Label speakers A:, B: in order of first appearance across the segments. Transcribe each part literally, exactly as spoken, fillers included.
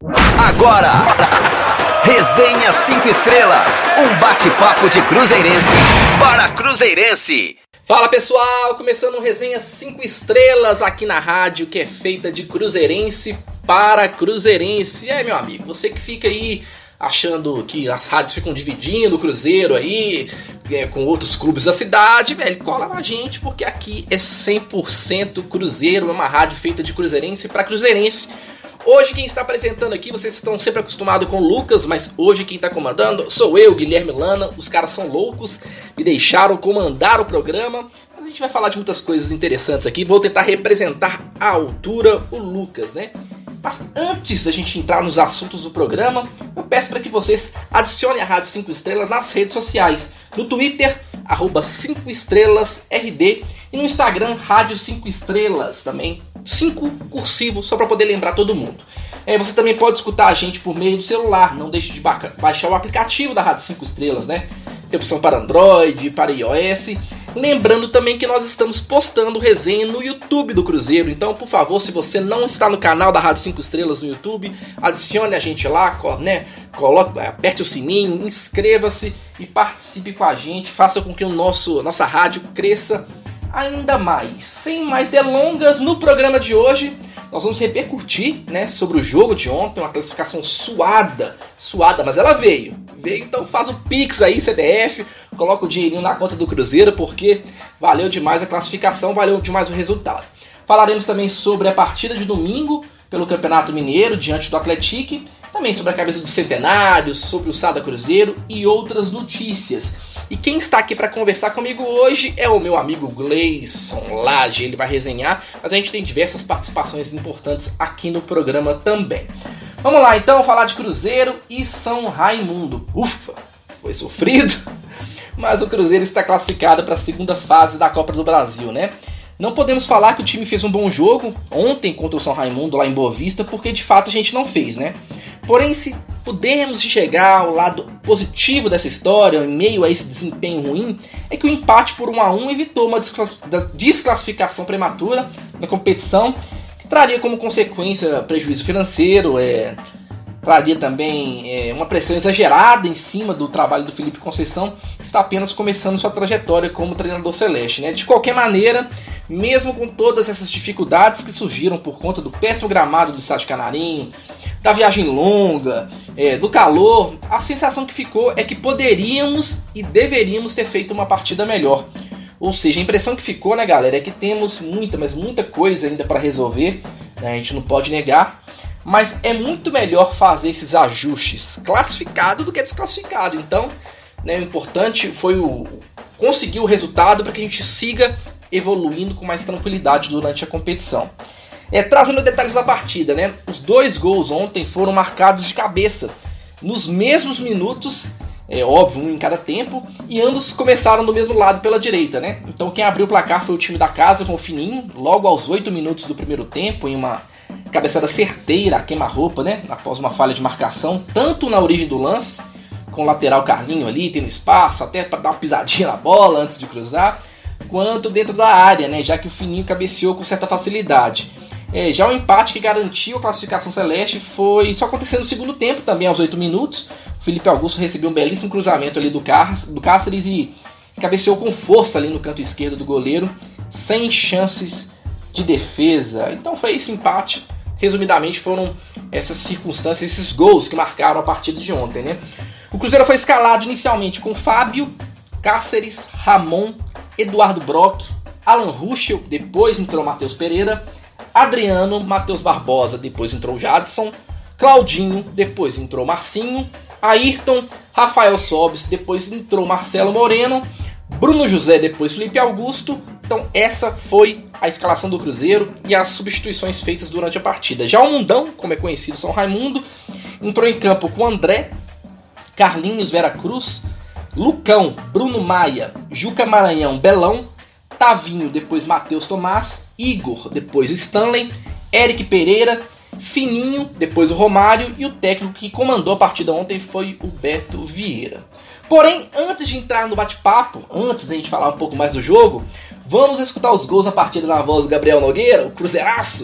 A: Agora, Resenha cinco Estrelas, um bate-papo de cruzeirense para cruzeirense.
B: Fala pessoal, começando o Resenha cinco Estrelas aqui na rádio que é feita de cruzeirense para cruzeirense. E aí meu amigo, você que fica aí achando que as rádios ficam dividindo o Cruzeiro aí é, com outros clubes da cidade, velho, cola na gente porque aqui é cem por cento Cruzeiro, é uma rádio feita de cruzeirense para cruzeirense. Hoje quem está apresentando aqui, vocês estão sempre acostumados com o Lucas, mas hoje quem está comandando sou eu, Guilherme Lana. Os caras são loucos, me deixaram comandar o programa, mas a gente vai falar de muitas coisas interessantes aqui. Vou tentar representar à altura o Lucas, né? Mas antes da gente entrar nos assuntos do programa, eu peço para que vocês adicionem a Rádio cinco Estrelas nas redes sociais. No Twitter, arroba cinco estrelas R D, e no Instagram, Rádio cinco Estrelas também. cinco cursivo, só para poder lembrar todo mundo. É, você também pode escutar a gente por meio do celular, não deixe de ba- baixar o aplicativo da Rádio cinco Estrelas, né? Tem opção para Android, para iOS. Lembrando também que nós estamos postando resenha no YouTube do Cruzeiro. Então, por favor, se você não está no canal da Rádio cinco Estrelas no YouTube, adicione a gente lá, né? Coloque, aperte o sininho, inscreva-se e participe com a gente. Faça com que o nosso, a nossa rádio cresça ainda mais. Sem mais delongas, no programa de hoje nós vamos repercutir, né, sobre o jogo de ontem, uma classificação suada, suada, mas ela veio, veio, então faz o Pix aí, C B F, coloca o dinheirinho na conta do Cruzeiro, porque valeu demais a classificação, valeu demais o resultado. Falaremos também sobre a partida de domingo pelo Campeonato Mineiro, diante do Atlético, também sobre a cabeça do Centenário, sobre o Sada Cruzeiro e outras notícias. E quem está aqui para conversar comigo hoje é o meu amigo Gleison Lage, ele vai resenhar, mas a gente tem diversas participações importantes aqui no programa também. Vamos lá então, falar de Cruzeiro e São Raimundo. Ufa, foi sofrido, mas o Cruzeiro está classificado para a segunda fase da Copa do Brasil, né? Não podemos falar que o time fez um bom jogo ontem contra o São Raimundo lá em Boa Vista, porque de fato a gente não fez, né? Porém, se pudermos chegar ao lado positivo dessa história, em meio a esse desempenho ruim, é que o empate por um a um evitou uma desclassificação prematura na competição, que traria como consequência prejuízo financeiro, é, traria também é, uma pressão exagerada em cima do trabalho do Felipe Conceição, que está apenas começando sua trajetória como treinador celeste, né? De qualquer maneira, mesmo com todas essas dificuldades que surgiram por conta do péssimo gramado do Estádio Canarinho, da viagem longa, é, do calor, a sensação que ficou é que poderíamos e deveríamos ter feito uma partida melhor. Ou seja, a impressão que ficou, né, galera, é que temos muita, mas muita coisa ainda para resolver, né, a gente não pode negar, mas é muito melhor fazer esses ajustes classificado do que desclassificado. Então, né, o importante foi o, conseguir o resultado para que a gente siga evoluindo com mais tranquilidade durante a competição. É, trazendo detalhes da partida, né? Os dois gols ontem foram marcados de cabeça, nos mesmos minutos, é óbvio, um em cada tempo, e ambos começaram do mesmo lado pela direita, né? Então quem abriu o placar foi o time da casa com o Fininho, logo aos oito minutos do primeiro tempo, em uma cabeçada certeira, a queima-roupa, né? Após uma falha de marcação, tanto na origem do lance, com o lateral Carlinho ali, tendo espaço, até para dar uma pisadinha na bola antes de cruzar, quanto dentro da área, né? Já que o Fininho cabeceou com certa facilidade. É, já o empate que garantiu a classificação celeste foi só acontecendo no segundo tempo, também aos oito minutos. O Felipe Augusto recebeu um belíssimo cruzamento ali do, Car- do Cáceres e cabeceou com força ali no canto esquerdo do goleiro, sem chances de defesa. Então foi esse empate. Resumidamente foram essas circunstâncias, esses gols que marcaram a partida de ontem, né? O Cruzeiro foi escalado inicialmente com Fábio, Cáceres, Ramon, Eduardo Brock, Alan Ruschel, depois entrou Matheus Pereira, Adriano, Matheus Barbosa, depois entrou Jadson, Claudinho, depois entrou Marcinho, Ayrton, Rafael Sobis, depois entrou Marcelo Moreno, Bruno José, depois Felipe Augusto. Então essa foi a escalação do Cruzeiro e as substituições feitas durante a partida. Já o Mundão, como é conhecido, São Raimundo, entrou em campo com André, Carlinhos Vera Cruz, Lucão, Bruno Maia, Juca Maranhão, Belão, Tavinho, depois Matheus Tomás, Igor, depois Stanley, Eric Pereira, Fininho, depois o Romário, e o técnico que comandou a partida ontem foi o Beto Vieira. Porém, antes de entrar no bate-papo, antes de a gente falar um pouco mais do jogo, vamos escutar os gols da partida na voz do Gabriel Nogueira, o cruzeiraço.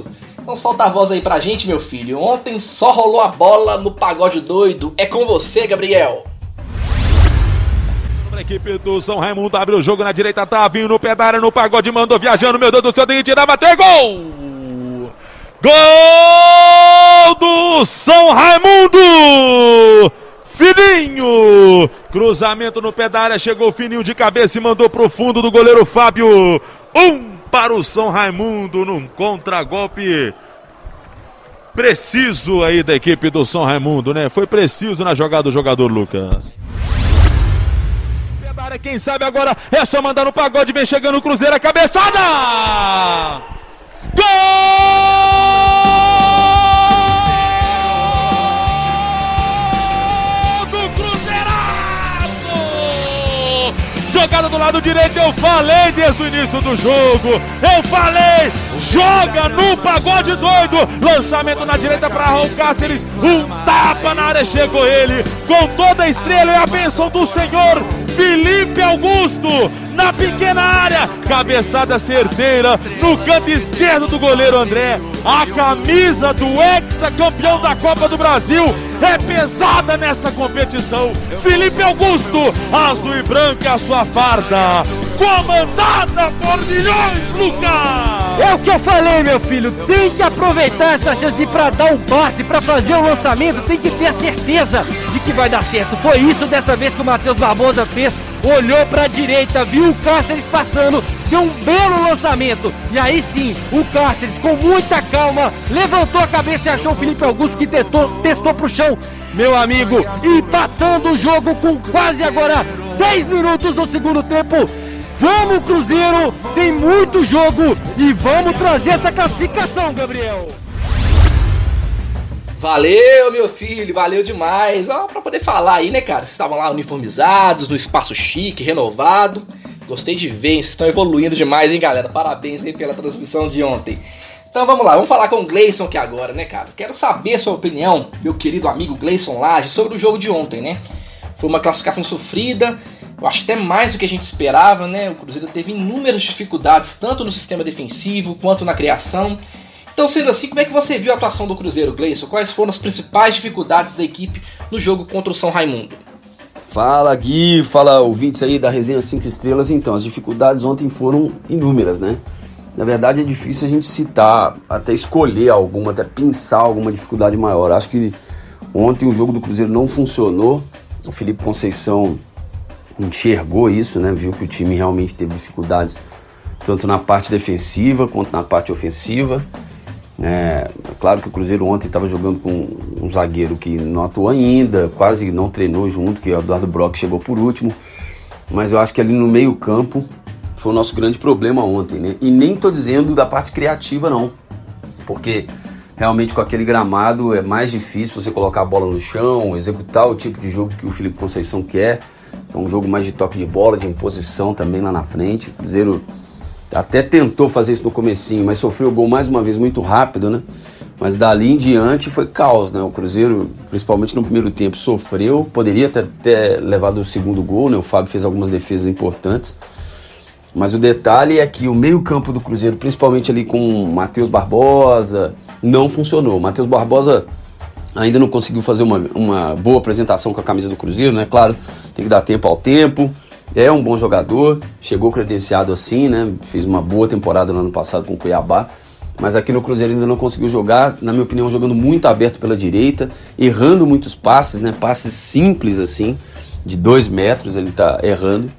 B: Então solta a voz aí pra gente, meu filho. Ontem só rolou a bola no pagode doido. É com você, Gabriel.
C: A equipe do São Raimundo abre o jogo na direita, tá vindo no pé da área, no pagode, mandou viajando, meu Deus do céu, tem que tirar, bateu, gol! Gol do São Raimundo! Fininho! Cruzamento no pé da área, chegou o Fininho de cabeça e mandou pro fundo do goleiro Fábio. Um para o São Raimundo num contragolpe preciso aí da equipe do São Raimundo, né? Foi preciso na jogada do jogador Lucas. Quem sabe agora é só mandar no pagode, vem chegando o Cruzeiro, a cabeçada! Gol do Cruzeiraço! Jogada do lado direito, eu falei desde o início do jogo, eu falei, joga no pagode doido, lançamento na direita para Raul Cáceres, um tapa na área, chegou ele, com toda a estrela e a bênção do Senhor, Felipe Augusto, na pequena área, cabeçada certeira, no canto esquerdo do goleiro André, a camisa do ex-campeão da Copa do Brasil é pesada nessa competição, Felipe Augusto, azul e branca a sua farda, comandada por milhões, Lucas!
D: É o que eu falei, meu filho, tem que aproveitar essa chance para dar um passe, para fazer o lançamento, tem que ter a certeza de que vai dar certo, foi isso dessa vez que o Matheus Barbosa fez, olhou para a direita, viu o Cáceres passando, deu um belo lançamento, e aí sim, o Cáceres com muita calma, levantou a cabeça e achou o Felipe Augusto que testou, testou pro chão, meu amigo, empatando o jogo com quase agora dez minutos do segundo tempo. Vamos, Cruzeiro, tem muito jogo e vamos trazer essa classificação, Gabriel.
B: Valeu, meu filho, valeu demais. Ó, pra poder falar aí, né, cara? Vocês estavam lá uniformizados, no espaço chique, renovado. Gostei de ver, hein? Vocês estão evoluindo demais, hein, galera? Parabéns aí pela transmissão de ontem. Então vamos lá, vamos falar com o Gleison aqui agora, né, cara? Quero saber a sua opinião, meu querido amigo Gleison Lage, sobre o jogo de ontem, né? Foi uma classificação sofrida. Eu acho até mais do que a gente esperava, né? O Cruzeiro teve inúmeras dificuldades, tanto no sistema defensivo quanto na criação. Então, sendo assim, como é que você viu a atuação do Cruzeiro, Gleison? Quais foram as principais dificuldades da equipe no jogo contra o São Raimundo?
E: Fala, Gui, fala ouvintes aí da Resenha cinco Estrelas. Então, as dificuldades ontem foram inúmeras, né? Na verdade, é difícil a gente citar, até escolher alguma, até pensar alguma dificuldade maior. Acho que ontem o jogo do Cruzeiro não funcionou. O Felipe Conceição enxergou isso, né? Viu que o time realmente teve dificuldades tanto na parte defensiva quanto na parte ofensiva. É, claro que o Cruzeiro ontem estava jogando com um zagueiro que não atuou ainda, quase não treinou junto, que o Eduardo Brock chegou por último, mas eu acho que ali no meio campo foi o nosso grande problema ontem, né? E nem estou dizendo da parte criativa não, porque realmente com aquele gramado é mais difícil você colocar a bola no chão, executar o tipo de jogo que o Felipe Conceição quer. É um jogo mais de toque de bola, de imposição também lá na frente. O Cruzeiro até tentou fazer isso no comecinho, mas sofreu o gol mais uma vez muito rápido, né? Mas dali em diante foi caos, né? O Cruzeiro, principalmente no primeiro tempo, sofreu. Poderia ter, ter levado o segundo gol, né? O Fábio fez algumas defesas importantes. Mas o detalhe é que o meio-campo do Cruzeiro, principalmente ali com o Matheus Barbosa, não funcionou. O Matheus Barbosa ainda não conseguiu fazer uma, uma boa apresentação com a camisa do Cruzeiro, né? Claro, tem que dar tempo ao tempo. É um bom jogador, chegou credenciado assim, né? Fez uma boa temporada no ano passado com o Cuiabá. Mas aqui no Cruzeiro ainda não conseguiu jogar, na minha opinião, jogando muito aberto pela direita, errando muitos passes, né? Passes simples assim, de dois metros ele tá errando.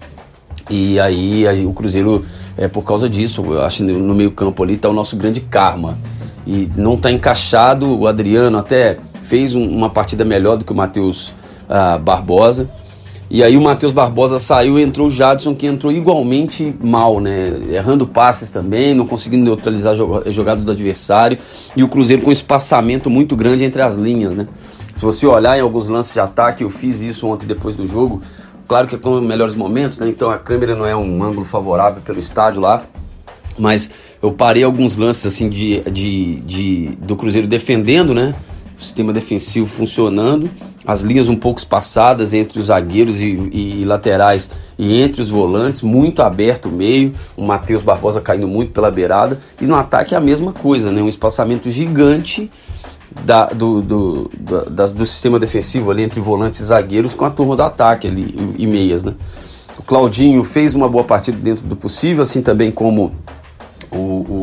E: E aí a, o Cruzeiro, é por causa disso, eu acho que no meio campo ali tá o nosso grande karma. E não tá encaixado, o Adriano até fez um, uma partida melhor do que o Matheus uh, Barbosa. E aí o Matheus Barbosa saiu e entrou o Jadson, que entrou igualmente mal, né? Errando passes também, não conseguindo neutralizar jogadas do adversário. E o Cruzeiro com um espaçamento muito grande entre as linhas, né? Se você olhar em alguns lances de ataque, eu fiz isso ontem depois do jogo. Claro que é com melhores momentos, né? Então a câmera não é um ângulo favorável pelo estádio lá. Mas eu parei alguns lances assim de, de, de, do Cruzeiro defendendo, né? o sistema defensivo funcionando, as linhas um pouco espaçadas entre os zagueiros e, e, e laterais e entre os volantes, muito aberto o meio, o Matheus Barbosa caindo muito pela beirada, e no ataque é a mesma coisa, né? Um espaçamento gigante da, do, do, do, da, do sistema defensivo ali entre volantes e zagueiros com a turma do ataque ali, e, e meias, né? O Claudinho fez uma boa partida dentro do possível, assim também como o,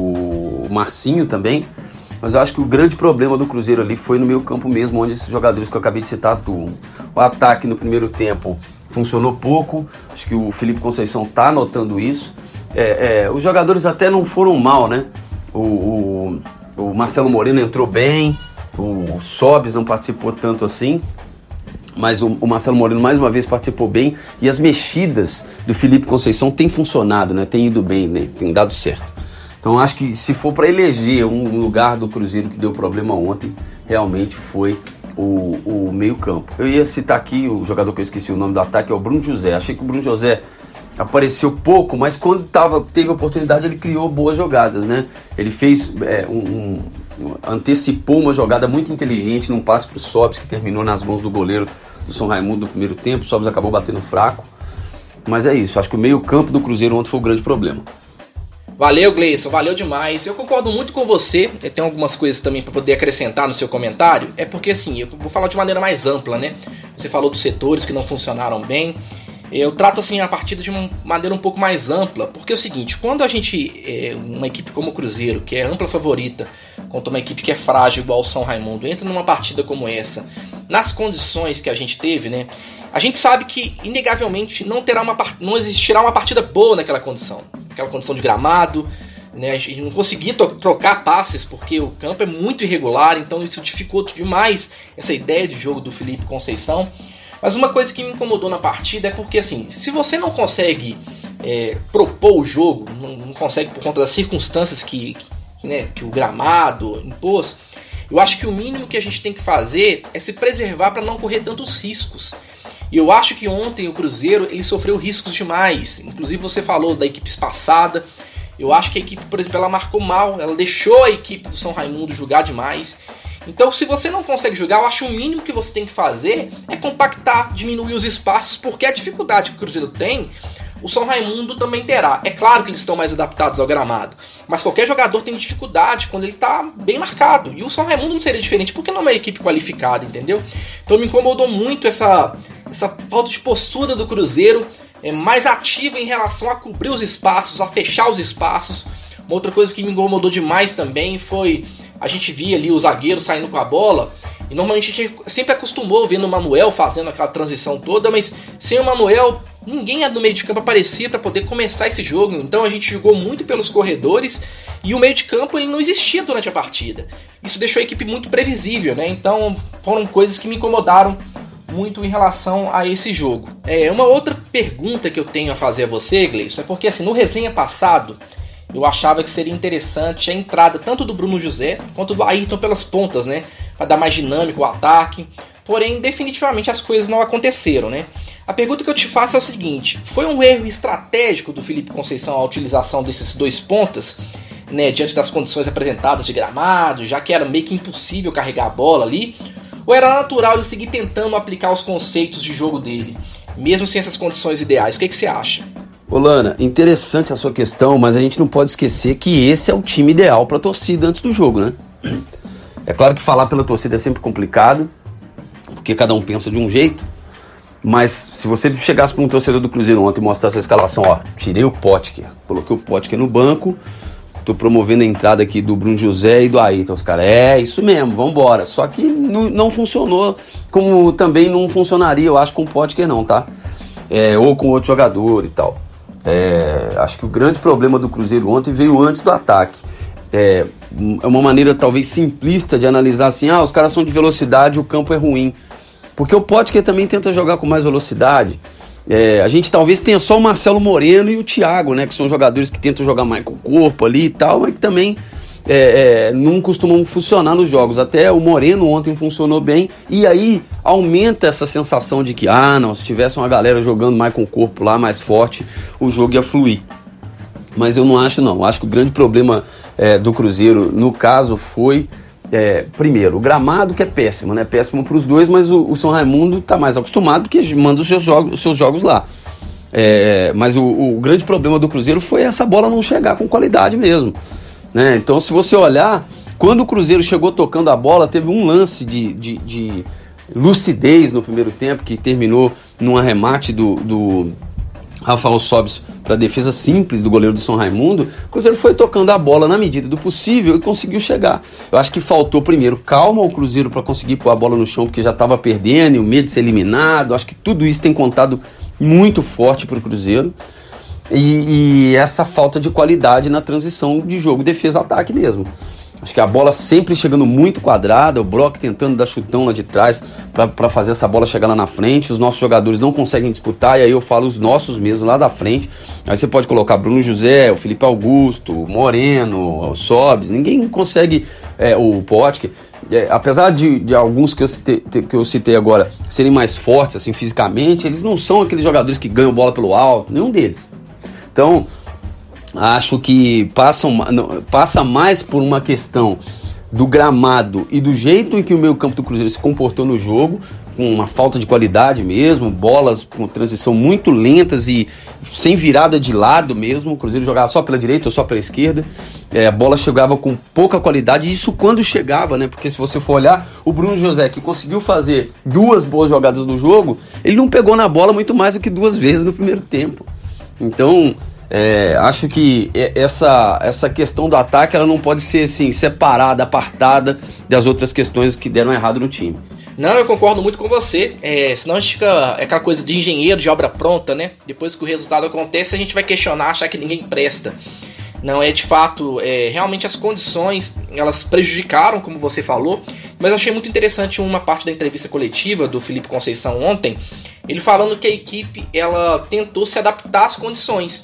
E: o Marcinho também. Mas eu acho que o grande problema do Cruzeiro ali foi no meio campo mesmo, onde esses jogadores que eu acabei de citar atuam. O ataque no primeiro tempo funcionou pouco, acho que o Felipe Conceição está notando isso. É, é, os jogadores até não foram mal, né? O, o, o Marcelo Moreno entrou bem, o Sobis não participou tanto assim, mas o, o Marcelo Moreno mais uma vez participou bem, e as mexidas do Felipe Conceição têm funcionado, né? Tem ido bem, né? Tem dado certo. Então acho que se for para eleger um lugar do Cruzeiro que deu problema ontem, realmente foi o, o meio campo. Eu ia citar aqui o jogador que eu esqueci o nome do ataque, é o Bruno José. Achei que o Bruno José apareceu pouco, mas quando tava, teve oportunidade ele criou boas jogadas, né? Ele fez, é, um, um, antecipou uma jogada muito inteligente num passe para o Sobis, que terminou nas mãos do goleiro do São Raimundo no primeiro tempo. O Sobis acabou batendo fraco, mas é isso, acho que o meio campo do Cruzeiro ontem foi o grande problema.
B: Valeu, Gleison, valeu demais. Eu concordo muito com você. Eu tenho algumas coisas também para poder acrescentar no seu comentário. É porque assim, eu vou falar de maneira mais ampla, né? Você falou dos setores que não funcionaram bem. Eu trato assim a partida de uma maneira um pouco mais ampla, porque é o seguinte, quando a gente, é, uma equipe como o Cruzeiro, que é ampla favorita, contra uma equipe que é frágil igual o São Raimundo, entra numa partida como essa, nas condições que a gente teve, né? A gente sabe que, inegavelmente, não, terá uma, não existirá uma partida boa naquela condição. Aquela condição de gramado, né? A gente não conseguia to- trocar passes porque o campo é muito irregular, então isso dificulta demais essa ideia de jogo do Felipe Conceição. Mas uma coisa que me incomodou na partida é porque, assim, se você não consegue é, propor o jogo, não, não consegue por conta das circunstâncias que, que, né, que o gramado impôs, eu acho que o mínimo que a gente tem que fazer é se preservar para não correr tantos riscos. E eu acho que ontem o Cruzeiro ele sofreu riscos demais. Inclusive você falou da equipe espaçada. Eu acho que a equipe, por exemplo, ela marcou mal. Ela deixou a equipe do São Raimundo jogar demais. Então, se você não consegue jogar, eu acho que o mínimo que você tem que fazer é compactar, diminuir os espaços, porque a dificuldade que o Cruzeiro tem, o São Raimundo também terá. É claro que eles estão mais adaptados ao gramado, mas qualquer jogador tem dificuldade quando ele está bem marcado. E o São Raimundo não seria diferente, porque não é uma equipe qualificada, entendeu? Então me incomodou muito essa, essa falta de postura do Cruzeiro, é, mais ativa em relação a cobrir os espaços, a fechar os espaços. Uma outra coisa que me incomodou demais também foi... A gente via ali o zagueiro saindo com a bola, e normalmente a gente sempre acostumou vendo o Manuel fazendo aquela transição toda, mas sem o Manuel, ninguém no meio de campo aparecia para poder começar esse jogo. Então a gente jogou muito pelos corredores, e o meio de campo ele não existia durante a partida. Isso deixou a equipe muito previsível, né? Então foram coisas que me incomodaram muito em relação a esse jogo. É, uma outra pergunta que eu tenho a fazer a você, Gleison, é porque assim, no resenha passado, eu achava que seria interessante a entrada tanto do Bruno José quanto do Ayrton pelas pontas, né? Para dar mais dinâmico ao ataque. Porém, definitivamente as coisas não aconteceram, né? A pergunta que eu te faço é o seguinte: foi um erro estratégico do Felipe Conceição a utilização desses dois pontas, né? Diante das condições apresentadas de gramado, já que era meio que impossível carregar a bola ali? Ou era natural ele seguir tentando aplicar os conceitos de jogo dele, mesmo sem essas condições ideais? O que, que você acha?
E: Ô Lana, interessante a sua questão, mas a gente não pode esquecer que esse é o time ideal para a torcida antes do jogo, né? É claro que falar pela torcida é sempre complicado, porque cada um pensa de um jeito, mas se você chegasse para um torcedor do Cruzeiro ontem e mostrasse a escalação, ó, tirei o Potker, coloquei o Potker no banco, tô promovendo a entrada aqui do Bruno José e do Ayrton, os caras, é isso mesmo, vambora. Só que não, não funcionou, como também não funcionaria, eu acho, com o Potker não, tá? É, ou com outro jogador e tal. É, acho que o grande problema do Cruzeiro ontem veio antes do ataque. É, é uma maneira talvez simplista de analisar assim, ah, os caras são de velocidade, o campo é ruim. Porque o Potker também tenta jogar com mais velocidade. É, a gente talvez tenha só o Marcelo Moreno e o Thiago, né, que são jogadores que tentam jogar mais com o corpo ali e tal, mas que também é, é, não costumam funcionar nos jogos. Até o Moreno ontem funcionou bem, e aí aumenta essa sensação de que, ah não, se tivesse uma galera jogando mais com o corpo lá, mais forte, o jogo ia fluir. Mas eu não acho não, acho que o grande problema é, do Cruzeiro, no caso, foi É, primeiro, o gramado que é péssimo, né? Péssimo para os dois, mas o, o São Raimundo está mais acostumado porque manda os seus jogos, os seus jogos lá. É, mas o, o grande problema do Cruzeiro foi essa bola não chegar com qualidade mesmo, né? Então, se você olhar, quando o Cruzeiro chegou tocando a bola, teve um lance de, de, de lucidez no primeiro tempo que terminou num arremate do, do Rafael Sobis para a defesa simples do goleiro do São Raimundo. O Cruzeiro foi tocando a bola na medida do possível e conseguiu chegar. Eu acho que faltou primeiro calma ao Cruzeiro para conseguir pôr a bola no chão, porque já estava perdendo, e o medo de ser eliminado. Acho que tudo isso tem contado muito forte para o Cruzeiro. E, e essa falta de qualidade na transição de jogo defesa-ataque mesmo. Acho que a bola sempre chegando muito quadrada, o Brock tentando dar chutão lá de trás para fazer essa bola chegar lá na frente. Os nossos jogadores não conseguem disputar, e aí eu falo os nossos mesmos lá da frente. Aí você pode colocar Bruno José, o Felipe Augusto, o Moreno, o Sobis. Ninguém consegue, é, o Potker. É, apesar de, de alguns que eu, citei, que eu citei agora serem mais fortes assim, fisicamente, eles não são aqueles jogadores que ganham bola pelo alto, nenhum deles. Então, acho que passam, passa mais por uma questão do gramado e do jeito em que o meio campo do Cruzeiro se comportou no jogo, com uma falta de qualidade mesmo, bolas com transição muito lentas e sem virada de lado mesmo. O Cruzeiro jogava só pela direita ou só pela esquerda, é, a bola chegava com pouca qualidade, isso quando chegava, né? Porque se você for olhar, o Bruno José, que conseguiu fazer duas boas jogadas no jogo, ele não pegou na bola muito mais do que duas vezes no primeiro tempo. Então, É, acho que essa, essa questão do ataque ela não pode ser assim, separada, apartada das outras questões que deram errado no time.
B: Não, eu concordo muito com você, é, senão a gente fica é aquela coisa de engenheiro de obra pronta, né? Depois que o resultado acontece a gente vai questionar, achar que ninguém presta. Não é de fato, é, realmente as condições elas prejudicaram, como você falou, mas eu achei muito interessante uma parte da entrevista coletiva do Felipe Conceição ontem, ele falando que a equipe ela tentou se adaptar às condições.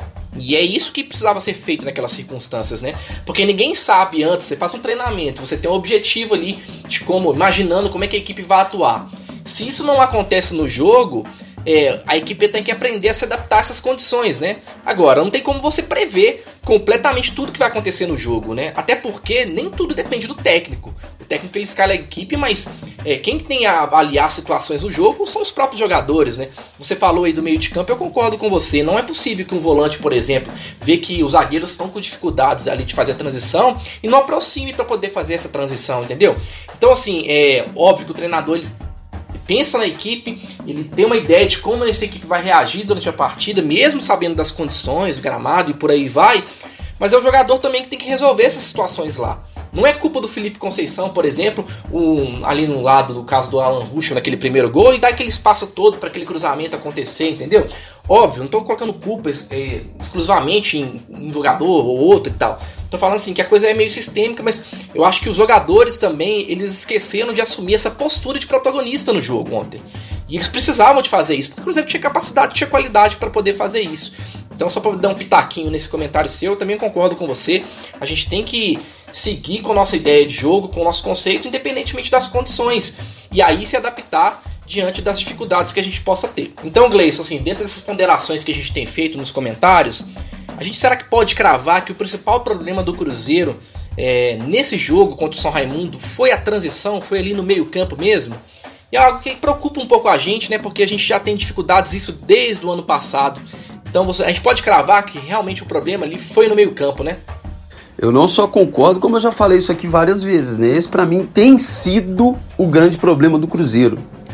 B: E é isso que precisava ser feito naquelas circunstâncias, né? Porque ninguém sabe antes, você faz um treinamento, você tem um objetivo ali de como, imaginando como é que a equipe vai atuar. Se isso não acontece no jogo, é, a equipe tem que aprender a se adaptar a essas condições, né? Agora, não tem como você prever completamente tudo que vai acontecer no jogo, né? Até porque nem tudo depende do técnico. O técnico ele escala a equipe, mas é, quem tem a avaliar situações do jogo são os próprios jogadores, né? Você falou aí do meio de campo, eu concordo com você. Não é possível que um volante, por exemplo, vê que os zagueiros estão com dificuldades ali de fazer a transição e não aproxime para poder fazer essa transição, entendeu? Então, assim, é óbvio que o treinador ele pensa na equipe, ele tem uma ideia de como essa equipe vai reagir durante a partida, mesmo sabendo das condições, do gramado e por aí vai, mas é o jogador também que tem que resolver essas situações lá. Não é culpa do Felipe Conceição, por exemplo, um, ali no lado do caso do Alan Ruschel naquele primeiro gol, e dar aquele espaço todo para aquele cruzamento acontecer, entendeu? Óbvio, não estou colocando culpa é, exclusivamente em um jogador ou outro e tal. Estou falando assim que a coisa é meio sistêmica, mas eu acho que os jogadores também, eles esqueceram de assumir essa postura de protagonista no jogo ontem. E eles precisavam de fazer isso, porque o Cruzeiro tinha capacidade, tinha qualidade para poder fazer isso. Então, só para dar um pitaquinho nesse comentário seu, eu também concordo com você. A gente tem que seguir com a nossa ideia de jogo, com o nosso conceito, independentemente das condições. E aí se adaptar diante das dificuldades que a gente possa ter. Então, Gleison, assim, dentro dessas ponderações que a gente tem feito nos comentários, a gente será que pode cravar que o principal problema do Cruzeiro é, nesse jogo contra o São Raimundo foi a transição, foi ali no meio campo mesmo? E é algo que preocupa um pouco a gente, né? Porque a gente já tem dificuldades isso desde o ano passado. Então você, a gente pode cravar que realmente o problema ali foi no meio campo, né?
E: Eu não só concordo, como eu já falei isso aqui várias vezes, né? Esse pra mim tem sido o grande problema do Cruzeiro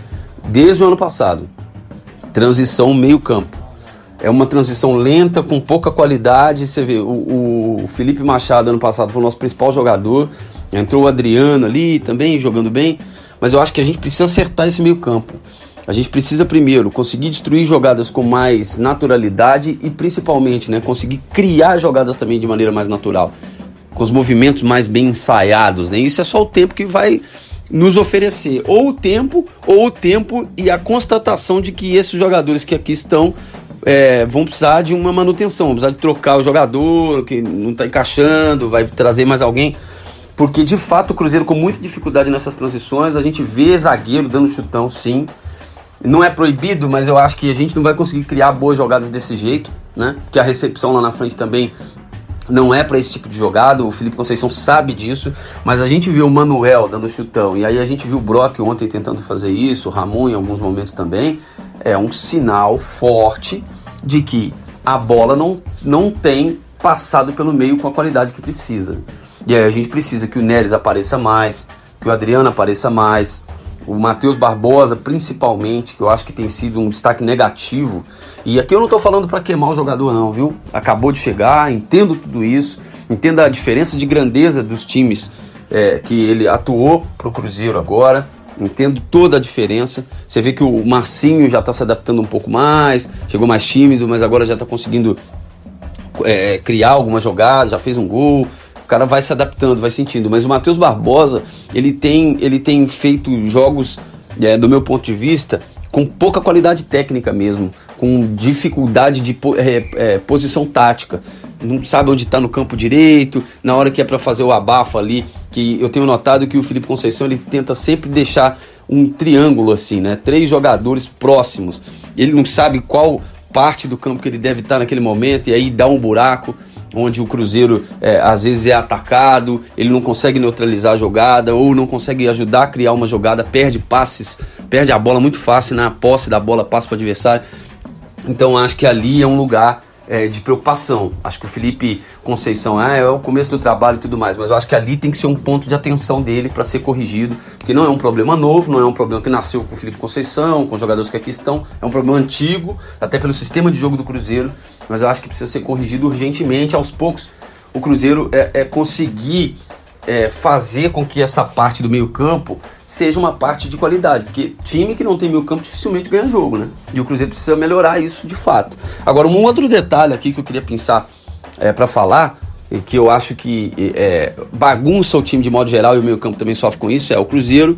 E: desde o ano passado. Transição meio campo. É uma transição lenta, com pouca qualidade. Você vê, o, o Felipe Machado ano passado foi o nosso principal jogador. Entrou o Adriano ali também, jogando bem. Mas eu acho que a gente precisa acertar esse meio campo. A gente precisa primeiro conseguir destruir jogadas com mais naturalidade e principalmente, né, conseguir criar jogadas também de maneira mais natural, com os movimentos mais bem ensaiados, né? Isso é só o tempo que vai nos oferecer, ou o tempo, ou o tempo e a constatação de que esses jogadores que aqui estão é, vão precisar de uma manutenção, vão precisar de trocar o jogador que não está encaixando, vai trazer mais alguém. Porque de fato o Cruzeiro com muita dificuldade nessas transições, a gente vê zagueiro dando chutão sim, não é proibido, mas eu acho que a gente não vai conseguir criar boas jogadas desse jeito, né? Porque a recepção lá na frente também não é para esse tipo de jogada, o Felipe Conceição sabe disso, mas a gente viu o Manuel dando chutão, e aí a gente viu o Brock ontem tentando fazer isso, o Ramon em alguns momentos também, é um sinal forte de que a bola não, não tem passado pelo meio com a qualidade que precisa. E aí a gente precisa que o Neres apareça mais, que o Adriano apareça mais, o Matheus Barbosa principalmente, que eu acho que tem sido um destaque negativo. E aqui eu não estou falando para queimar o jogador não, viu? Acabou de chegar, entendo tudo isso, entendo a diferença de grandeza dos times é, que ele atuou pro Cruzeiro agora, entendo toda a diferença. Você vê que o Marcinho já está se adaptando um pouco mais, chegou mais tímido, mas agora já está conseguindo é, criar algumas jogadas, já fez um gol. O cara vai se adaptando, vai sentindo. Mas o Matheus Barbosa, ele tem, ele tem feito jogos, é, do meu ponto de vista, com pouca qualidade técnica mesmo, com dificuldade de é, é, posição tática. Não sabe onde está no campo direito, na hora que é para fazer o abafo ali, que eu tenho notado que o Felipe Conceição ele tenta sempre deixar um triângulo assim, né? Três jogadores próximos. Ele não sabe qual parte do campo que ele deve estar naquele momento, e aí dá um buraco onde o Cruzeiro é, às vezes é atacado, ele não consegue neutralizar a jogada, ou não consegue ajudar a criar uma jogada, perde passes, perde a bola muito fácil na posse da bola, passa para o adversário. Então acho que ali é um lugar é, de preocupação. Acho que o Felipe Conceição ah, é o começo do trabalho e tudo mais, mas eu acho que ali tem que ser um ponto de atenção dele para ser corrigido, porque não é um problema novo, não é um problema que nasceu com o Felipe Conceição, com os jogadores que aqui estão, é um problema antigo, até pelo sistema de jogo do Cruzeiro, mas eu acho que precisa ser corrigido urgentemente. Aos poucos o Cruzeiro é, é conseguir é, fazer com que essa parte do meio campo seja uma parte de qualidade, porque time que não tem meio campo dificilmente ganha jogo, né? E o Cruzeiro precisa melhorar isso de fato. Agora, um outro detalhe aqui que eu queria pensar é, para falar, e que eu acho que é, bagunça o time de modo geral, e o meio campo também sofre com isso, é o Cruzeiro.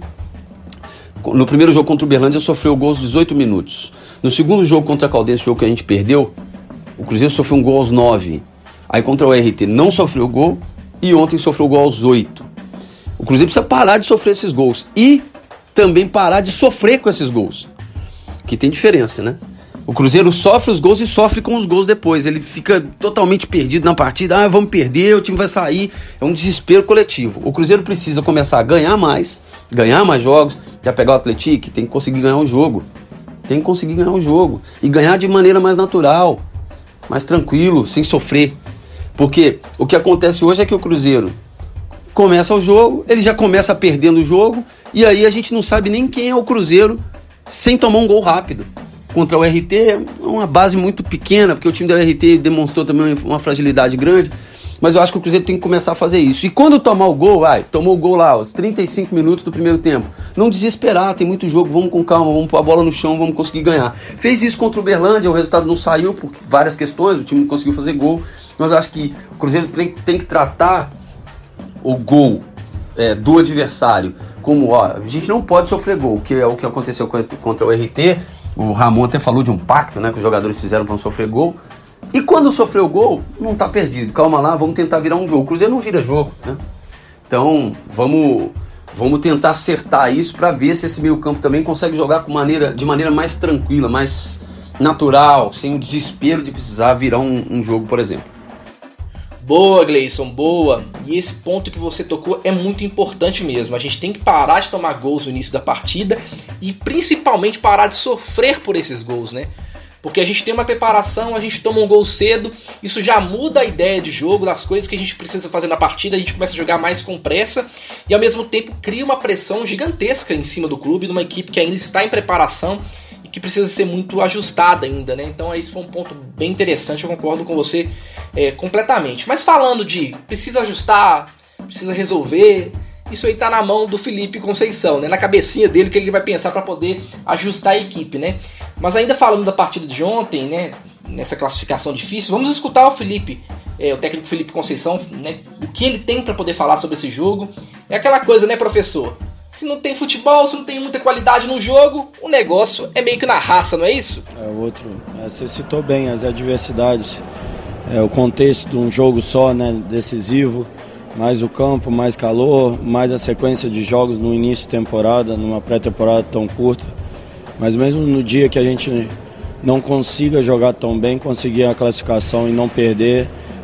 E: No primeiro jogo contra o Uberlândia sofreu gol aos dezoito minutos. No segundo jogo contra a Caldense, jogo que a gente perdeu, o Cruzeiro sofreu um gol aos nove. Aí contra o R T não sofreu gol, e ontem sofreu gol aos oito. O Cruzeiro precisa parar de sofrer esses gols e também parar de sofrer com esses gols, que tem diferença, né? O Cruzeiro sofre os gols e sofre com os gols depois. Ele fica totalmente perdido na partida. Ah, vamos perder, o time vai sair. É um desespero coletivo. O Cruzeiro precisa começar a ganhar mais, ganhar mais jogos. Já pegar o Atlético, tem que conseguir ganhar o jogo. Tem que conseguir ganhar o jogo. E ganhar de maneira mais natural, mais tranquilo, sem sofrer. Porque o que acontece hoje é que o Cruzeiro começa o jogo, ele já começa perdendo o jogo, e aí a gente não sabe nem quem é o Cruzeiro sem tomar um gol rápido. Contra o R T é uma base muito pequena, porque o time do R T demonstrou também uma fragilidade grande, mas eu acho que o Cruzeiro tem que começar a fazer isso. E quando tomar o gol, vai, tomou o gol lá aos trinta e cinco minutos do primeiro tempo, não desesperar, tem muito jogo, vamos com calma, vamos pôr a bola no chão, vamos conseguir ganhar. Fez isso contra o Uberlândia, o resultado não saiu por várias questões, o time não conseguiu fazer gol, mas eu acho que o Cruzeiro tem, tem que tratar o gol é, do adversário como, ó, a gente não pode sofrer gol, que é o que aconteceu contra o R T. O Ramon até falou de um pacto, né, que os jogadores fizeram para não sofrer gol. E quando sofreu gol, não tá perdido. Calma lá, vamos tentar virar um jogo. O Cruzeiro não vira jogo, né? Então, vamos, vamos tentar acertar isso para ver se esse meio campo também consegue jogar com maneira, de maneira mais tranquila, mais natural, sem o desespero de precisar virar um, um jogo, por exemplo.
B: Boa, Gleison, boa. E esse ponto que você tocou é muito importante mesmo. A gente tem que parar de tomar gols no início da partida e principalmente parar de sofrer por esses gols, né? Porque a gente tem uma preparação, a gente toma um gol cedo, isso já muda a ideia de jogo, das coisas que a gente precisa fazer na partida, a gente começa a jogar mais com pressa e ao mesmo tempo cria uma pressão gigantesca em cima do clube, numa equipe que ainda está em preparação e que precisa ser muito ajustada ainda, né? Então esse foi um ponto bem interessante, eu concordo com você é, completamente. Mas falando de precisa ajustar, precisa resolver, isso aí tá na mão do Felipe Conceição, né? Na cabecinha dele, que ele vai pensar para poder ajustar a equipe, né? Mas ainda falando da partida de ontem, né? Nessa classificação difícil, vamos escutar o Felipe, é, o técnico Felipe Conceição, né? O que ele tem para poder falar sobre esse jogo. É aquela coisa, né, professor? Se não tem futebol, se não tem muita qualidade no jogo, o negócio é meio que na raça, não é isso?
F: É, o outro, é, você citou bem as adversidades, é, o contexto de um jogo só, né, decisivo, mais o campo, mais calor, mais a sequência de jogos no início de temporada, numa pré-temporada tão curta. Mas mesmo no dia que a gente não consiga jogar tão bem, conseguir a classificação e não perder,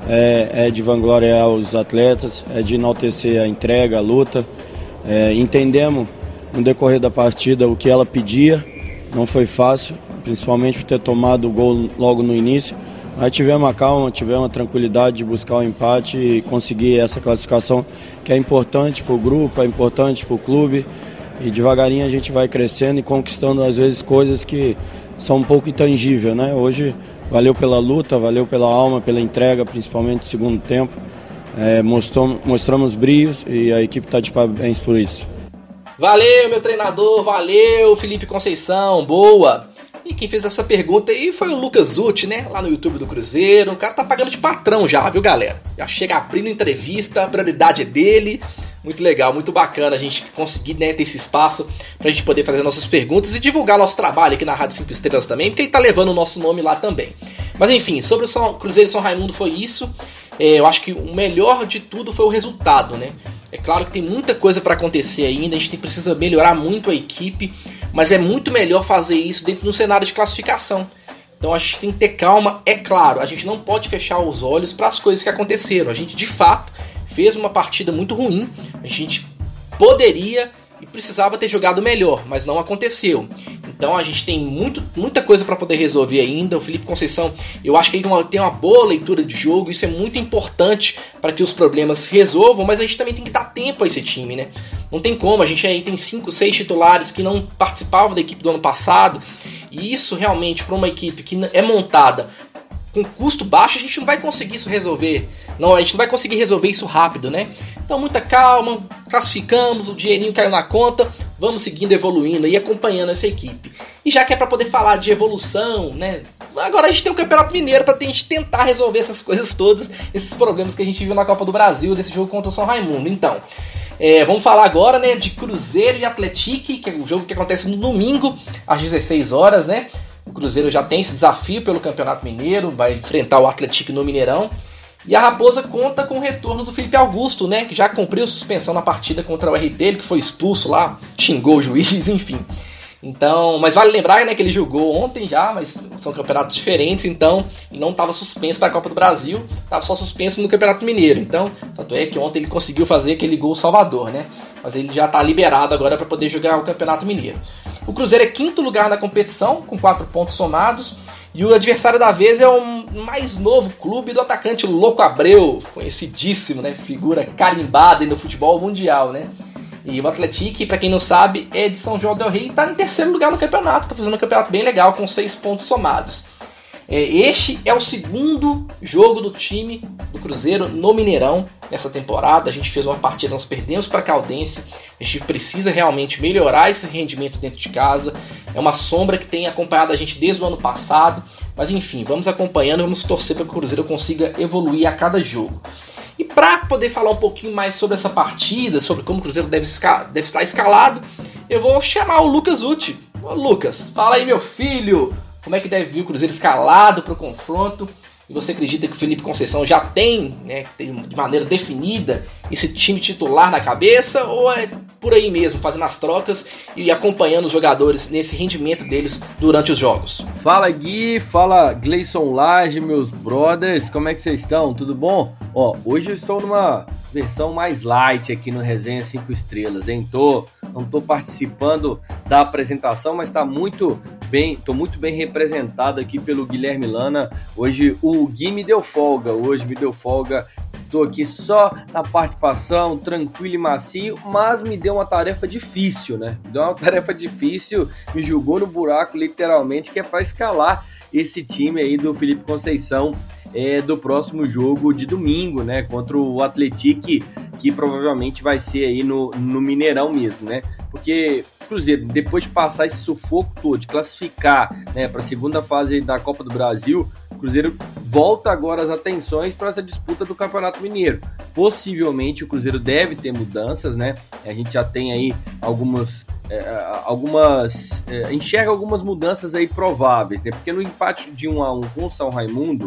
F: é, é de vangloriar os atletas, é de enaltecer a entrega, a luta. É, entendemos no decorrer da partida o que ela pedia, não foi fácil, principalmente por ter tomado o gol logo no início. Aí tivemos a calma, tivemos a tranquilidade de buscar o empate e conseguir essa classificação que é importante para o grupo, é importante para o clube. E devagarinho a gente vai crescendo e conquistando às vezes coisas que são um pouco intangíveis, né? Hoje valeu pela luta, valeu pela alma, pela entrega, principalmente no segundo tempo. É, mostrou, mostramos brilhos e a equipe está de parabéns por isso.
B: Valeu, meu treinador, valeu, Felipe Conceição, boa! E quem fez essa pergunta aí foi o Lucas Zutti, né? Lá no YouTube do Cruzeiro. O cara tá pagando de patrão já, viu, galera? Já chega abrindo entrevista, a prioridade é dele. Muito legal, muito bacana a gente conseguir, né, ter esse espaço pra gente poder fazer nossas perguntas e divulgar nosso trabalho aqui na Rádio cinco Estrelas também, porque ele tá levando o nosso nome lá também. Mas enfim, sobre o São, Cruzeiro e São Raimundo foi isso. É, eu acho que o melhor de tudo foi o resultado, né? É claro que tem muita coisa para acontecer ainda, a gente precisa melhorar muito a equipe, mas é muito melhor fazer isso dentro de um cenário de classificação. Então a gente tem que ter calma, é claro, a gente não pode fechar os olhos para as coisas que aconteceram. A gente de fato fez uma partida muito ruim, a gente poderia e precisava ter jogado melhor, mas não aconteceu. Então a gente tem muito, muita coisa para poder resolver ainda. O Felipe Conceição, eu acho que ele tem uma, tem uma boa leitura de jogo, isso é muito importante para que os problemas resolvam, mas a gente também tem que dar tempo a esse time, né? Não tem como, a gente aí tem cinco, seis titulares que não participavam da equipe do ano passado, e isso realmente para uma equipe que é montada com custo baixo, a gente não vai conseguir isso resolver. Não, a gente não vai conseguir resolver isso rápido, né? Então muita calma, classificamos, o dinheirinho caiu na conta, vamos seguindo, evoluindo e acompanhando essa equipe. E já que é para poder falar de evolução, né? Agora a gente tem o Campeonato Mineiro para a gente tentar resolver essas coisas todas, esses problemas que a gente viu na Copa do Brasil, desse jogo contra o São Raimundo. Então, é, vamos falar agora, né, de Cruzeiro e Atlético, que é o jogo que acontece no domingo, às dezesseis horas, né? O Cruzeiro já tem esse desafio pelo Campeonato Mineiro, vai enfrentar o Atlético no Mineirão. E a Raposa conta com o retorno do Felipe Augusto, né, que já cumpriu suspensão na partida contra o R T, ele que foi expulso lá, xingou o juiz, enfim. Então, mas vale lembrar, né, que ele jogou ontem já, mas são campeonatos diferentes, então ele não estava suspenso da Copa do Brasil, estava só suspenso no Campeonato Mineiro. Então, tanto é que ontem ele conseguiu fazer aquele gol salvador, né? Mas ele já está liberado agora para poder jogar o Campeonato Mineiro. O Cruzeiro é quinto lugar na competição, com quatro pontos somados, e o adversário da vez é o mais novo clube do atacante Louco Abreu, conhecidíssimo, né? Figura carimbada no futebol mundial, né? E o Atlético, para quem não sabe, é de São João del Rei e está em terceiro lugar no campeonato. Está fazendo um campeonato bem legal, com seis pontos somados. É, este é o segundo jogo do time do Cruzeiro no Mineirão nessa temporada. A gente fez uma partida, nós perdemos para a Caldense. A gente precisa realmente melhorar esse rendimento dentro de casa. É uma sombra que tem acompanhado a gente desde o ano passado. Mas enfim, vamos acompanhando, vamos torcer para que o Cruzeiro consiga evoluir a cada jogo. E para poder falar um pouquinho mais sobre essa partida, sobre como o Cruzeiro deve, esca- deve estar escalado, eu vou chamar o Lucas Zutti. Ô Lucas, fala aí, meu filho, como é que deve vir o Cruzeiro escalado para o confronto? E você acredita que o Felipe Conceição já tem, né, tem de maneira definida esse time titular na cabeça, ou é por aí mesmo, fazendo as trocas e acompanhando os jogadores nesse rendimento deles durante os jogos?
G: Fala Gui, fala Gleison Lage, meus brothers, como é que vocês estão? Tudo bom? Ó, hoje eu estou numa versão mais light aqui no Resenha cinco Estrelas, hein? Tô, não tô participando da apresentação, mas tá muito bem, tô muito bem representado aqui pelo Guilherme Lana. Hoje o Gui me deu folga, hoje me deu folga. Tô aqui só na participação, tranquilo e macio, mas me deu uma tarefa difícil, né? Me deu uma tarefa difícil, me jogou no buraco literalmente, que é para escalar esse time aí do Felipe Conceição é, do próximo jogo de domingo, né? Contra o Atlético, que provavelmente vai ser aí no, no Mineirão mesmo, né? Porque o Cruzeiro, depois de passar esse sufoco todo, de classificar, né, para a segunda fase da Copa do Brasil, o Cruzeiro volta agora as atenções para essa disputa do Campeonato Mineiro. Possivelmente o Cruzeiro deve ter mudanças, né? A gente já tem aí algumas, é, algumas é, enxerga algumas mudanças aí prováveis, né? Porque no empate de um a um com o São Raimundo,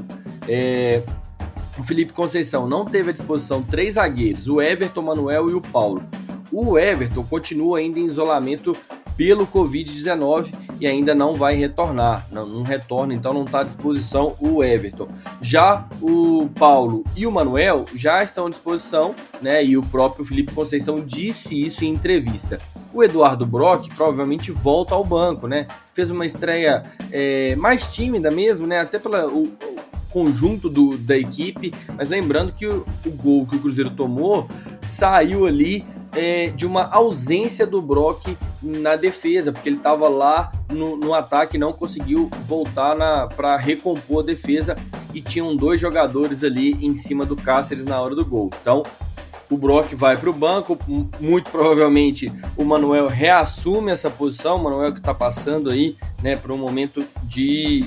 G: é, o Felipe Conceição não teve à disposição três zagueiros, o Everton, Manuel e o Paulo. O Everton continua ainda em isolamento pelo covid dezenove e ainda não vai retornar, não, não retorna, então não está à disposição o Everton. Já o Paulo e o Manuel já estão à disposição, né, e o próprio Felipe Conceição disse isso em entrevista. O Eduardo Brock provavelmente volta ao banco, né, fez uma estreia é, mais tímida mesmo, né, até pelo o, o conjunto do, da equipe, mas lembrando que o, o gol que o Cruzeiro tomou saiu ali É, de uma ausência do Brock na defesa, porque ele estava lá no, no ataque e não conseguiu voltar para recompor a defesa e tinham dois jogadores ali em cima do Cáceres na hora do gol. Então o Brock vai para o banco, muito provavelmente o Manuel reassume essa posição, o Manuel que está passando aí, né, por um momento de,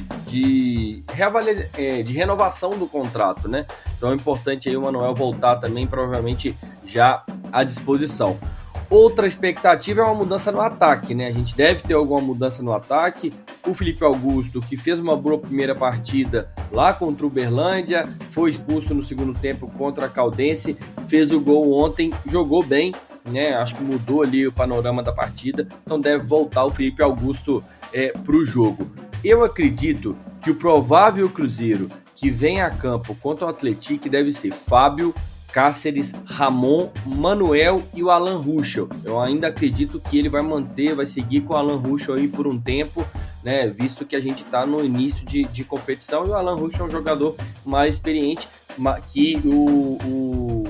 G: de, reavalia, é, de renovação do contrato, né? Então é importante aí o Manuel voltar também, provavelmente já à disposição. Outra expectativa é uma mudança no ataque, né? A gente deve ter alguma mudança no ataque. O Felipe Augusto, que fez uma boa primeira partida lá contra o Uberlândia, foi expulso no segundo tempo contra a Caldense, fez o gol ontem, jogou bem, né? Acho que mudou ali o panorama da partida, então deve voltar o Felipe Augusto é, para o jogo. Eu acredito que o provável Cruzeiro que vem a campo contra o Atlético deve ser Fábio, Cáceres, Ramon, Manuel e o Alan Ruschel. Eu ainda acredito que ele vai manter, vai seguir com o Alan Ruschel aí por um tempo, né, visto que a gente está no início de, de competição e o Alan Ruschel é um jogador mais experiente que o, o,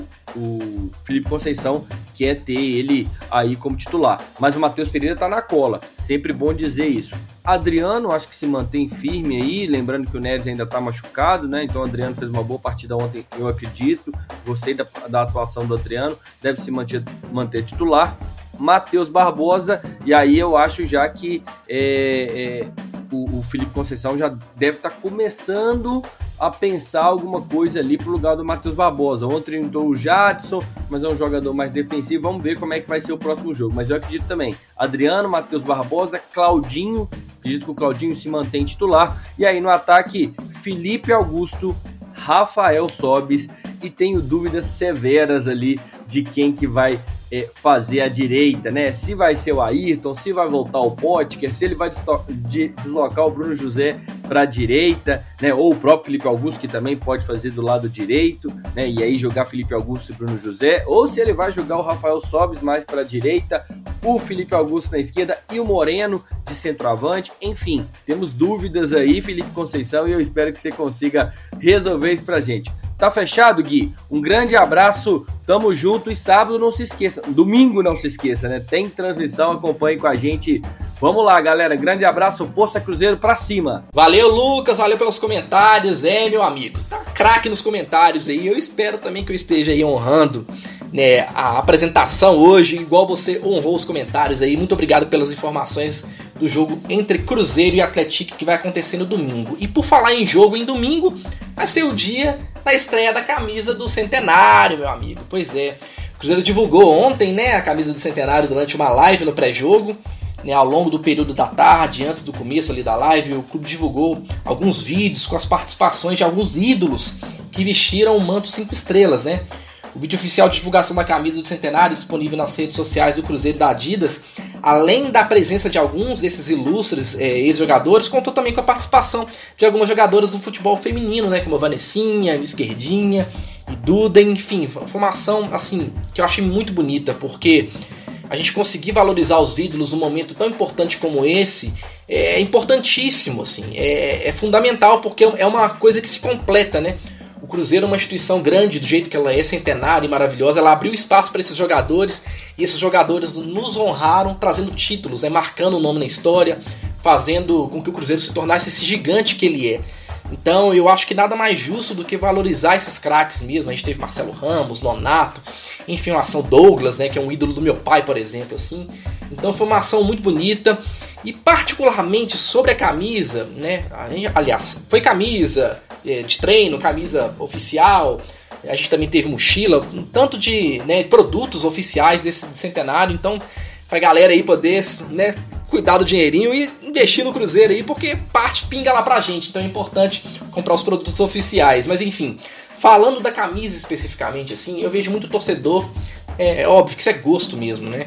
G: o Felipe Conceição quer ter ele aí como titular. Mas o Matheus Pereira está na cola, sempre bom dizer isso. Adriano, acho que se mantém firme aí, lembrando que o Neres ainda está machucado, né? Então o Adriano fez uma boa partida ontem, eu acredito. Gostei da, da atuação do Adriano, deve se manter, manter titular. Matheus Barbosa, e aí eu acho já que é, é, o, o Felipe Conceição já deve estar tá começando a pensar alguma coisa ali pro lugar do Matheus Barbosa. Ontem entrou o Jadson, mas é um jogador mais defensivo. Vamos ver como é que vai ser o próximo jogo. Mas eu acredito também, Adriano, Matheus Barbosa, Claudinho, acredito que o Claudinho se mantém titular. E aí no ataque, Felipe Augusto, Rafael Sobis, e tenho dúvidas severas ali de quem que vai é, fazer a direita, né? Se vai ser o Ayrton, se vai voltar o Potker, se ele vai deslocar o Bruno José para a direita, né? Ou o próprio Felipe Augusto, que também pode fazer do lado direito, né? E aí jogar Felipe Augusto e Bruno José, ou se ele vai jogar o Rafael Sobis mais para a direita, o Felipe Augusto na esquerda e o Moreno de centroavante. Enfim, temos dúvidas aí, Felipe Conceição, e eu espero que você consiga resolver isso pra gente. Tá fechado, Gui? Um grande abraço, tamo junto e sábado não se esqueça, domingo não se esqueça, né? Tem transmissão, acompanhe com a gente. Vamos lá, galera, grande abraço, Força Cruzeiro pra cima.
B: Valeu, Lucas, valeu pelos comentários, é, meu amigo, tá craque nos comentários aí, eu espero também que eu esteja aí honrando, né, a apresentação hoje, igual você honrou os comentários aí. Muito obrigado pelas informações do jogo entre Cruzeiro e Atlético que vai acontecer no domingo. E por falar em jogo em domingo, vai ser o dia da estreia da camisa do Centenário, meu amigo. Pois é, o Cruzeiro divulgou ontem, né, a camisa do Centenário durante uma live no pré-jogo, né, ao longo do período da tarde, antes do começo ali da live, o clube divulgou alguns vídeos com as participações de alguns ídolos que vestiram o manto cinco estrelas, né? O vídeo oficial de divulgação da camisa do Centenário, disponível nas redes sociais do Cruzeiro e da Adidas, além da presença de alguns desses ilustres é, ex-jogadores, contou também com a participação de algumas jogadoras do futebol feminino, né, como a Vanessinha, a Esquerdinha e Duda, enfim, formação assim, que eu achei muito bonita, porque a gente conseguir valorizar os ídolos num momento tão importante como esse é importantíssimo, assim, é, é fundamental, porque é uma coisa que se completa, né? O Cruzeiro é uma instituição grande, do jeito que ela é, centenária e maravilhosa. Ela abriu espaço para esses jogadores, e esses jogadores nos honraram trazendo títulos, né, marcando o nome na história, fazendo com que o Cruzeiro se tornasse esse gigante que ele é. Então eu acho que nada mais justo do que valorizar esses craques mesmo. A gente teve Marcelo Ramos, Nonato, enfim, uma ação Douglas, né, que é um ídolo do meu pai, por exemplo, assim. Então foi uma ação muito bonita. E particularmente sobre a camisa, né, aliás, foi camisa de treino, camisa oficial, a gente também teve mochila, um tanto de, né, produtos oficiais desse centenário, então pra galera aí poder, né, cuidar do dinheirinho e investir no Cruzeiro aí, porque parte pinga lá pra gente, então é importante comprar os produtos oficiais. Mas enfim, falando da camisa especificamente, assim, eu vejo muito torcedor, é óbvio que isso é gosto mesmo, né,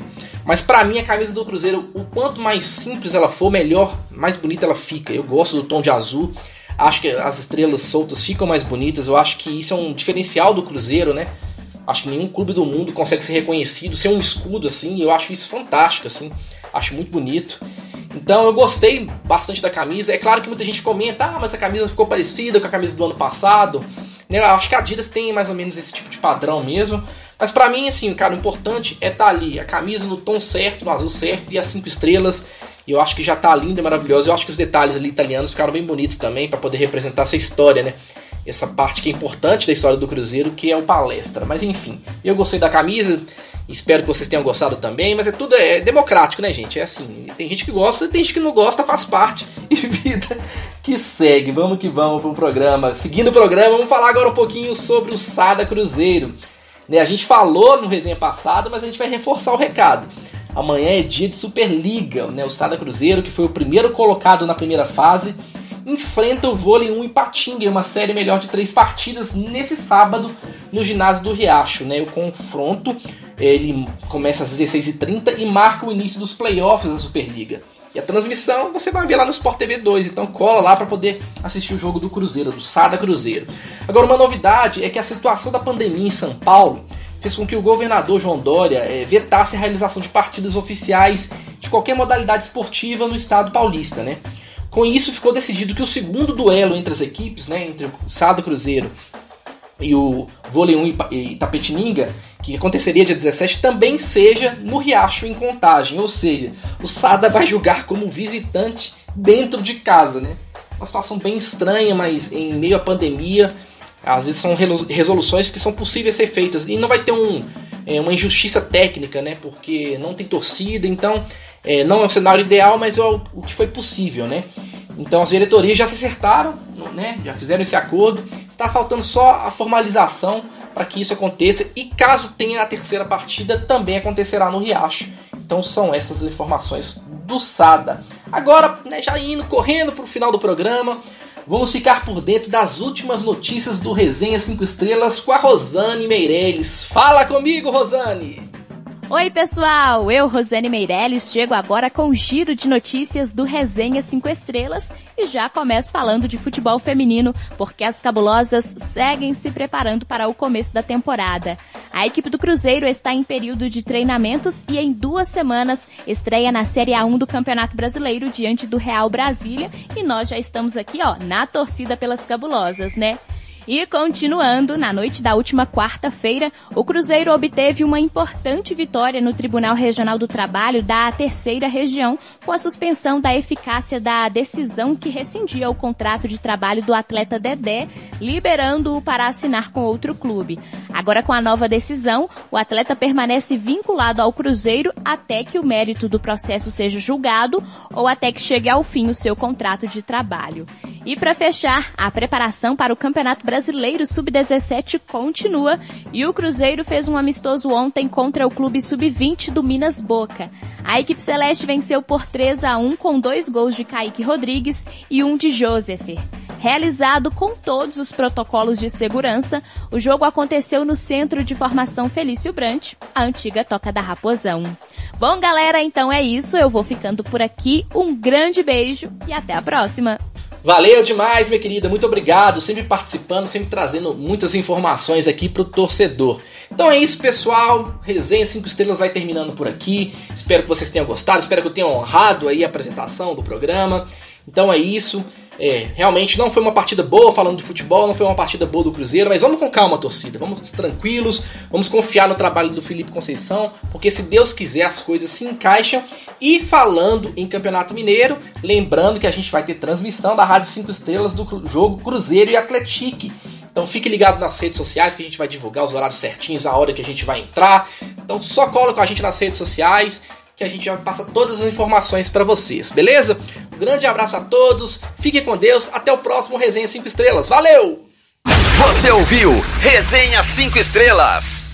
B: Mas pra mim a camisa do Cruzeiro, o quanto mais simples ela for, melhor, mais bonita ela fica. Eu gosto do tom de azul, acho que as estrelas soltas ficam mais bonitas. Eu acho que isso é um diferencial do Cruzeiro, né? Acho que nenhum clube do mundo consegue ser reconhecido, ser um escudo assim. Eu acho isso fantástico, assim. Acho muito bonito. Então eu gostei bastante da camisa. É claro que muita gente comenta, ah, mas a camisa ficou parecida com a camisa do ano passado. Eu acho que a Adidas tem mais ou menos esse tipo de padrão mesmo. Mas pra mim, assim, cara, o importante é estar ali, a camisa no tom certo, no azul certo e as cinco estrelas. E eu acho que já tá linda e maravilhosa. Eu acho que os detalhes ali italianos ficaram bem bonitos também, pra poder representar essa história, né? Essa parte que é importante da história do Cruzeiro, que é o palestra. Mas enfim, eu gostei da camisa, espero que vocês tenham gostado também. Mas é tudo é democrático, né, gente? É assim, tem gente que gosta, tem gente que não gosta, faz parte. E vida que segue. Vamos que vamos pro programa. Seguindo o programa, vamos falar agora um pouquinho sobre o Sada Cruzeiro. Né, a gente falou no resenha passada, mas a gente vai reforçar o recado. Amanhã é dia de Superliga, né? O Sada Cruzeiro, que foi o primeiro colocado na primeira fase, enfrenta o Vôlei um Ipatinga em uma série melhor de três partidas nesse sábado no ginásio do Riacho, né? O confronto ele começa às dezesseis e trinta e marca o início dos playoffs da Superliga. E a transmissão você vai ver lá no Sport T V dois, então cola lá para poder assistir o jogo do Cruzeiro, do Sada Cruzeiro. Agora, uma novidade é que a situação da pandemia em São Paulo fez com que o governador João Dória é, vetasse a realização de partidas oficiais de qualquer modalidade esportiva no estado paulista, né? Com isso, ficou decidido que o segundo duelo entre as equipes, né, entre o Sada Cruzeiro e o Vôlei um Itapetininga, que aconteceria dia dezessete, também seja no Riacho, em Contagem. Ou seja, o Sada vai jogar como visitante dentro de casa, né? Uma situação bem estranha, mas em meio à pandemia, às vezes são resoluções que são possíveis ser feitas. E não vai ter um, é, uma injustiça técnica, né? Porque não tem torcida, então é, não é o cenário ideal, mas é o, o que foi possível, né? Então as diretorias já se acertaram, né? Já fizeram esse acordo. Está faltando só a formalização para que isso aconteça. E caso tenha a terceira partida, também acontecerá no Riacho. Então são essas informações do Sada. Agora, né, já indo correndo para o final do programa, vamos ficar por dentro das últimas notícias do Resenha cinco Estrelas com a Rosane Meirelles. Fala comigo, Rosane!
H: Oi pessoal, eu, Rosane Meirelles, chego agora com um giro de notícias do Resenha cinco Estrelas e já começo falando de futebol feminino, porque as cabulosas seguem se preparando para o começo da temporada. A equipe do Cruzeiro está em período de treinamentos e em duas semanas estreia na Série A um do Campeonato Brasileiro diante do Real Brasília e nós já estamos aqui, ó, na torcida pelas cabulosas, né? E continuando, na noite da última quarta-feira, o Cruzeiro obteve uma importante vitória no Tribunal Regional do Trabalho da terceira região, com a suspensão da eficácia da decisão que rescindia o contrato de trabalho do atleta Dedé, liberando-o para assinar com outro clube. Agora, com a nova decisão, o atleta permanece vinculado ao Cruzeiro até que o mérito do processo seja julgado ou até que chegue ao fim o seu contrato de trabalho. E para fechar, a preparação para o Campeonato Brasileiro sub dezessete continua e o Cruzeiro fez um amistoso ontem contra o clube sub vinte do Minas Boca. A equipe celeste venceu por três a um com dois gols de Kaique Rodrigues e um de Josefer. Realizado com todos os protocolos de segurança, o jogo aconteceu no Centro de Formação Felício Brant, a antiga Toca da Raposão. Bom, galera, então é isso. Eu vou ficando por aqui. Um grande beijo e até a próxima!
B: Valeu demais, minha querida, muito obrigado, sempre participando, sempre trazendo muitas informações aqui pro torcedor. Então é isso, pessoal, Resenha cinco Estrelas vai terminando por aqui, espero que vocês tenham gostado, espero que eu tenha honrado aí a apresentação do programa. Então é isso, é, realmente não foi uma partida boa falando de futebol, não foi uma partida boa do Cruzeiro, mas vamos com calma, torcida, vamos tranquilos, vamos confiar no trabalho do Felipe Conceição, porque se Deus quiser as coisas se encaixam. E falando em Campeonato Mineiro, lembrando que a gente vai ter transmissão da Rádio cinco Estrelas do jogo Cruzeiro e Atlético. Então fique ligado nas redes sociais que a gente vai divulgar os horários certinhos, a hora que a gente vai entrar. Então só cola com a gente nas redes sociais que a gente já passa todas as informações para vocês, beleza? Um grande abraço a todos, fiquem com Deus, até o próximo Resenha cinco Estrelas. Valeu!
A: Você ouviu Resenha cinco Estrelas.